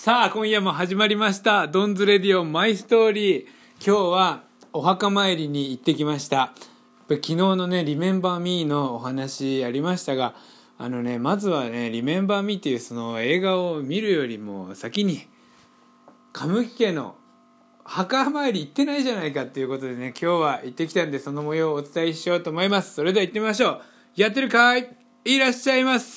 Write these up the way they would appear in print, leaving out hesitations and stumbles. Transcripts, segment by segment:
さあ今夜も始まりましたドンズレディオマイストーリー。今日はお墓参りに行ってきました。昨日のねリメンバーミーのお話ありましたが、まずはねリメンバーミーっていうその映画を見るよりも先に神木家の墓参り行ってないじゃないかっていうことでね、今日は行ってきたんで、その模様をお伝えしようと思います。それでは行ってみましょう。やってるかい？いらっしゃいませ。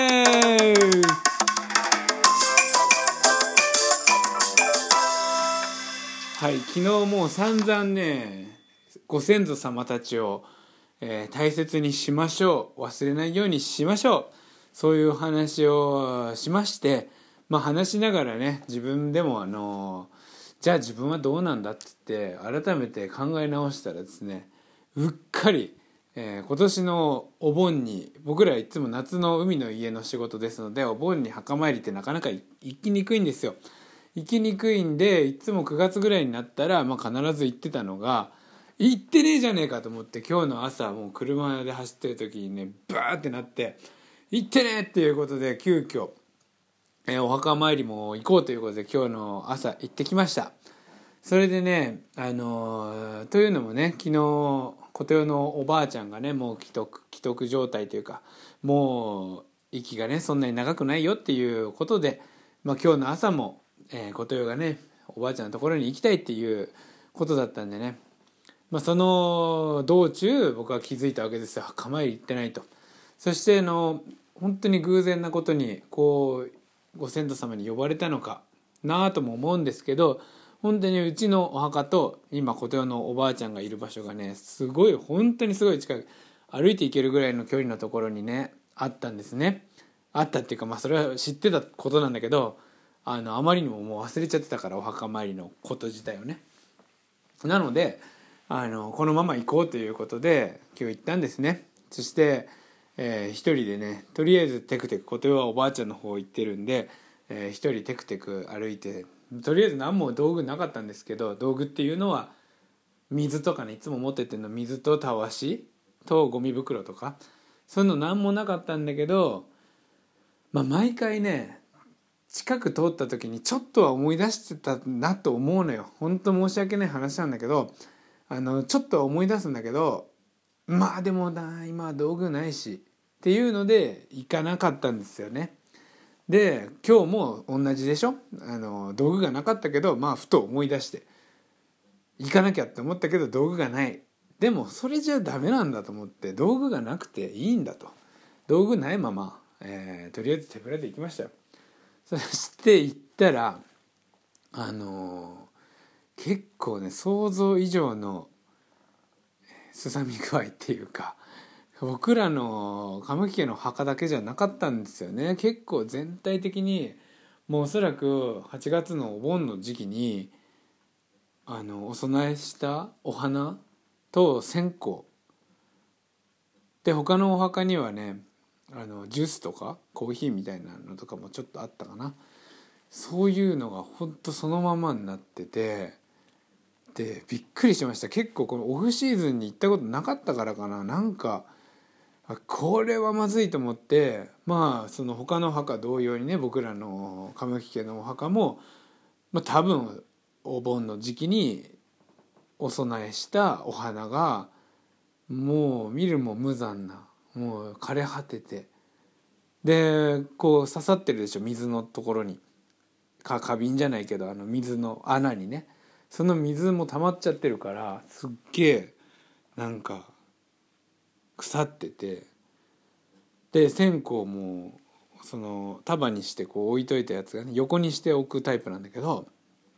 はい、昨日もう散々ねご先祖様たちを、大切にしましょう、忘れないようにしましょう、そういう話をしまして、話しながらね、自分でもじゃあ自分はどうなんだって言って改めて考え直したらですね、うっかり、今年のお盆に、僕らいつも夏の海の家の仕事ですので、お盆に墓参りってなかなか行きにくいんですよ。行きにくいんで、いつも9月ぐらいになったら、必ず行ってたのが、行ってねえじゃねえかと思って、今日の朝もう車で走ってる時にねバーってなって、行ってねえっていうことで急遽、お墓参りも行こうということで今日の朝行ってきました。それでね、というのもね、昨日琴代のおばあちゃんがね、もう既得状態というか、もう息がねそんなに長くないよっていうことで、今日の朝も琴代がねおばあちゃんのところに行きたいっていうことだったんでね、その道中僕は気づいたわけですよ。墓参り行ってないと。そして本当に偶然なことにこうご先祖様に呼ばれたのかなとも思うんですけど、本当にうちのお墓と今琴代のおばあちゃんがいる場所がね、すごい本当にすごい近く、歩いて行けるぐらいの距離のところにねあったんですね。あったっていうか、それは知ってたことなんだけど、あまりにももう忘れちゃってたから、お墓参りのこと自体をね。なのでこのまま行こうということで今日行ったんですね。そして、一人でね、とりあえずテクテク、琴代はおばあちゃんの方行ってるんで、一人テクテク歩いて、とりあえず何も道具なかったんですけど、道具っていうのは水とかね、いつも持ってってるの水とたわしとゴミ袋とか、そういうの何もなかったんだけど、毎回ね近く通った時にちょっとは思い出してたなと思うのよ。本当申し訳ない話なんだけど、ちょっとは思い出すんだけど、でも今は道具ないしっていうので行かなかったんですよね。で今日も同じでしょ。道具がなかったけど、ふと思い出して行かなきゃって思ったけど道具がない。でもそれじゃダメなんだと思って、道具がなくていいんだと。道具ないまま、とりあえず手ぶらで行きましたよ。そして行ったら結構ね想像以上のすさみ具合っていうか、僕らの神木家の墓だけじゃなかったんですよね。結構全体的に、もうおそらく8月のお盆の時期にお供えしたお花と線香で、他のお墓にはねジュースとかコーヒーみたいなのとかもちょっとあったかな。そういうのがほんとそのままになってて、でびっくりしました。結構このオフシーズンに行ったことなかったからかな、なんかこれはまずいと思って、その他の墓同様にね、僕らの神木家のお墓も、多分お盆の時期にお供えしたお花がもう見るも無残な、もう枯れ果てて、でこう刺さってるでしょ、水のところに。花瓶じゃないけど水の穴にね、その水も溜まっちゃってるから、すっげえなんか腐ってて、で線香もその束にしてこう置いといたやつがね、横にしておくタイプなんだけど、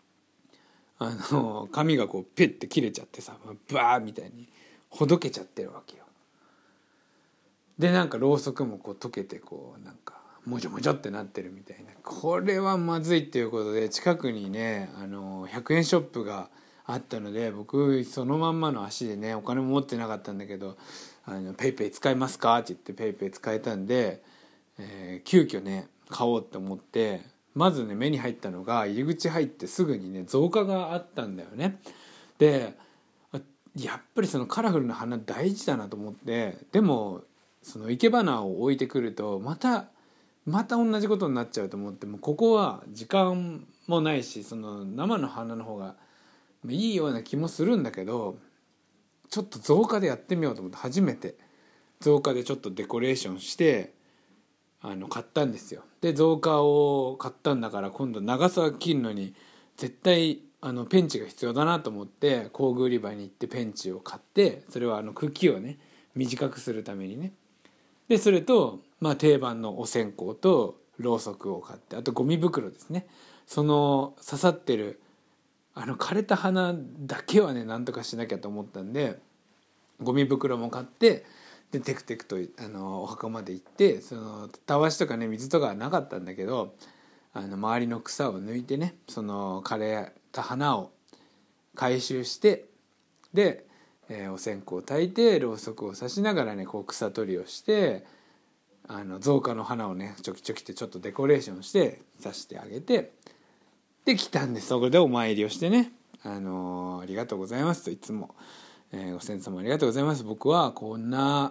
紙がこうピュッて切れちゃってさ、バーみたいにほどけちゃってるわけよ。でなんかろうそくもこう溶けて、こうなんかもじょもじょってなってるみたいな、これはまずいっていうことで、近くにね100円ショップがあったので、僕そのまんまの足でね、お金も持ってなかったんだけど、ペイペイ使えますかって言ってペイペイ使えたんで、急遽ね買おうと思って、まずね目に入ったのが、入り口入ってすぐにね造花があったんだよね。でやっぱりそのカラフルな花大事だなと思って、でもその生け花を置いてくるとまたまた同じことになっちゃうと思って、もうここは時間もないし、その生の花の方がいいような気もするんだけど、ちょっと造花でやってみようと思って、初めて造花でちょっとデコレーションして買ったんですよ。で造花を買ったんだから、今度長さ切るのに絶対ペンチが必要だなと思って工具売り場に行ってペンチを買って、それは茎をね短くするためにね。でそれと、定番のお線香とろうそくを買って、あとゴミ袋ですね。その刺さってる枯れた花だけはねなんとかしなきゃと思ったんで、ゴミ袋も買って、でテクテクとお墓まで行って、そのたわしとかね水とかはなかったんだけど、周りの草を抜いてね、その枯れた花を回収して、で、お線香を焚いてろうそくを刺しながらねこう草取りをして、造花の花をねちょきちょきってちょっとデコレーションして刺してあげて、で来たんです。そこでお参りをしてね、ありがとうございますと、いつも、ご先祖様ありがとうございます、僕はこんな、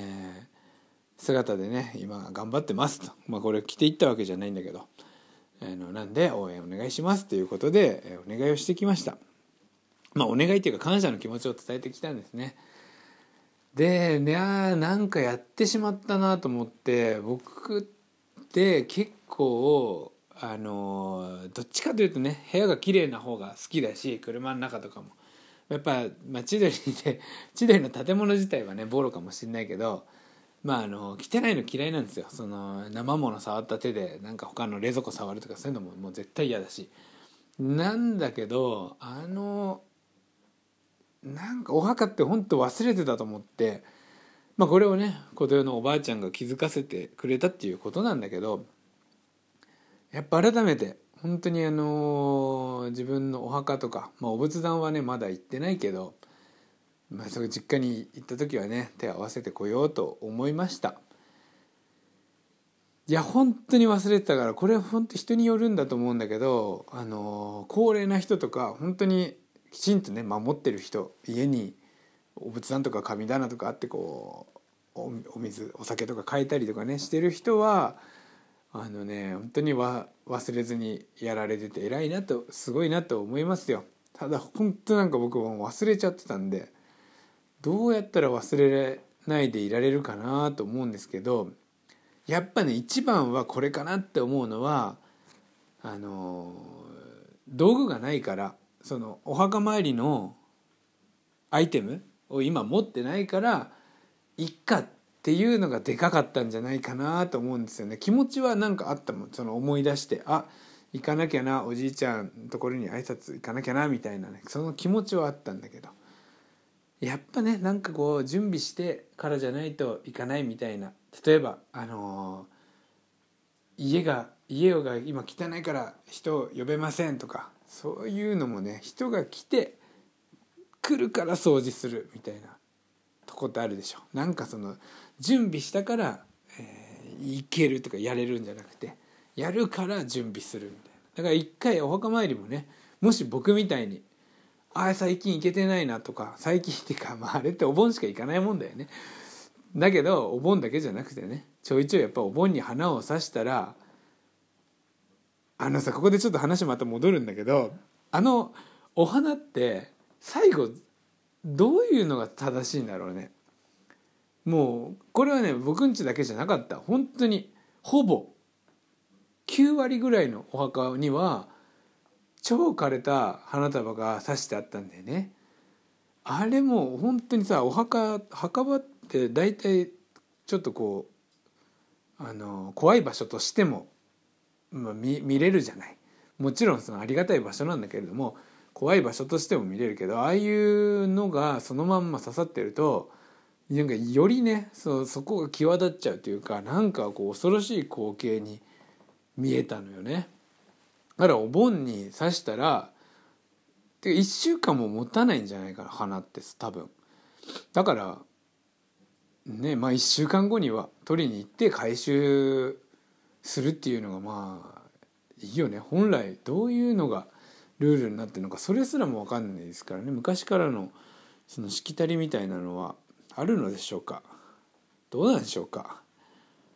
姿でね今頑張ってますと、これ着ていったわけじゃないんだけど、なんで応援お願いしますということで、お願いをしてきました。お願いっていうか感謝の気持ちを伝えてきたんですね。でなんかやってしまったなと思って、僕って結構どっちかというとね部屋が綺麗な方が好きだし、車の中とかもやっぱ、千鳥で千鳥の建物自体はねボロかもしれないけど、汚いの嫌いなんですよ。その生物触った手でなんか他の冷蔵庫触るとかそういうのもう絶対嫌だし、なんだけどなんかお墓って本当忘れてたと思って、これをね琴代のおばあちゃんが気づかせてくれたっていうことなんだけど、やっぱ改めて本当に自分のお墓とか、お仏壇はねまだ行ってないけど、それ実家に行った時はね手を合わせてこようと思いました。いや本当に忘れてたから、これは本当人によるんだと思うんだけど、高齢な人とか本当にきちんとね守ってる人、家にお仏壇とか神棚とかあってこうお水お酒とか変えたりとかねしてる人は本当に忘れずにやられてて偉いなと、すごいなと思いますよ。ただ本当なんか僕も忘れちゃってたんで、どうやったら忘れないでいられるかなと思うんですけど、やっぱね一番はこれかなって思うのは、道具がないから、そのお墓参りのアイテムを今持ってないからいっかっていうのがでかかったんじゃないかなと思うんですよね。気持ちはなんかあったもん、その思い出して行かなきゃな、おじいちゃんのところに挨拶行かなきゃなみたいなね、その気持ちはあったんだけど、やっぱねなんかこう準備してからじゃないといかないみたいな。例えば家が今汚いから人呼べませんとか、そういうのもね人が来るから掃除するみたいなとこってあるでしょ。なんかその準備したから、行けるとかやれるんじゃなくて、やるから準備するみたいな。だから一回お墓参りもね、もし僕みたいに最近行けてないなとか、最近っていうか、あれってお盆しか行かないもんだよね。だけどお盆だけじゃなくてね、ちょいちょいやっぱお盆に花を刺したら、ここでちょっと話また戻るんだけど、お花って最後どういうのが正しいんだろうね。もうこれはね僕ん家だけじゃなかった。本当にほぼ9割ぐらいのお墓には超枯れた花束が刺してあったんだよね。あれもう本当にさ、墓場って大体ちょっとこう怖い場所としても、見れるじゃない。もちろんそのありがたい場所なんだけれども、怖い場所としても見れるけど、ああいうのがそのまんま刺さってるとなんかよりねそこが際立っちゃうというか、なんかこう恐ろしい光景に見えたのよね。だからお盆に刺したら1週間も持たないんじゃないかな、花って多分。だからね、1週間後には取りに行って回収するっていうのがいいよね。本来どういうのがルールになってるのか、それすらも分かんないですからね。昔からのそのしきたりみたいなのはあるのでしょうか。どうなんでしょうか。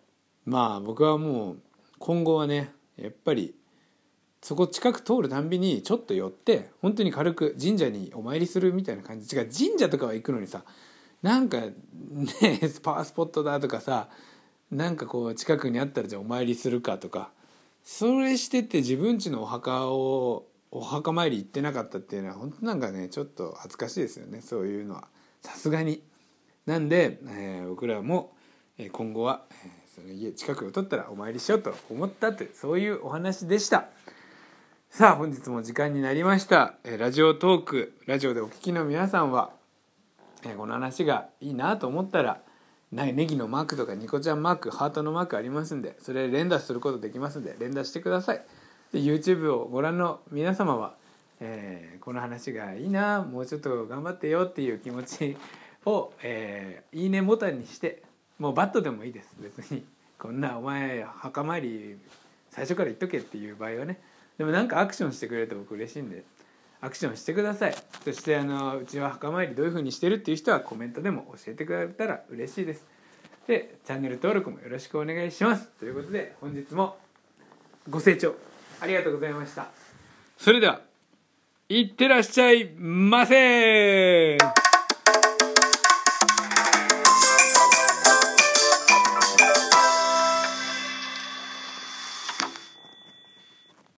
まあ僕はもう今後はねやっぱりそこ近く通るたんびにちょっと寄って本当に軽く神社にお参りするみたいな感じ。違う、神社とかは行くのにさ、なんかねパワースポットだとかさ、なんかこう近くにあったらじゃあお参りするかとか、それしてて自分家のお墓参り行ってなかったっていうのは本当なんかねちょっと恥ずかしいですよね、そういうのはさすがに。なんで、僕らも今後は、その家近くを取ったらお参りしようと思ったというそういうお話でした。さあ本日も時間になりました。ラジオトーク、ラジオでお聞きの皆さんは、この話がいいなと思ったらネギのマークとかニコちゃんマーク、ハートのマークありますんで、それ連打することできますんで連打してください。で YouTube をご覧の皆様は、この話がいいな、もうちょっと頑張ってよっていう気持ちを、いいねボタンにして、もうバットでもいいです、別にこんなお前墓参り最初から言っとけっていう場合はね、でもなんかアクションしてくれると僕嬉しいんでアクションしてください。そしてうちは墓参りどういう風にしてるっていう人はコメントでも教えてくれたら嬉しいです。でチャンネル登録もよろしくお願いします。ということで本日もご清聴ありがとうございました。それではいってらっしゃいませ。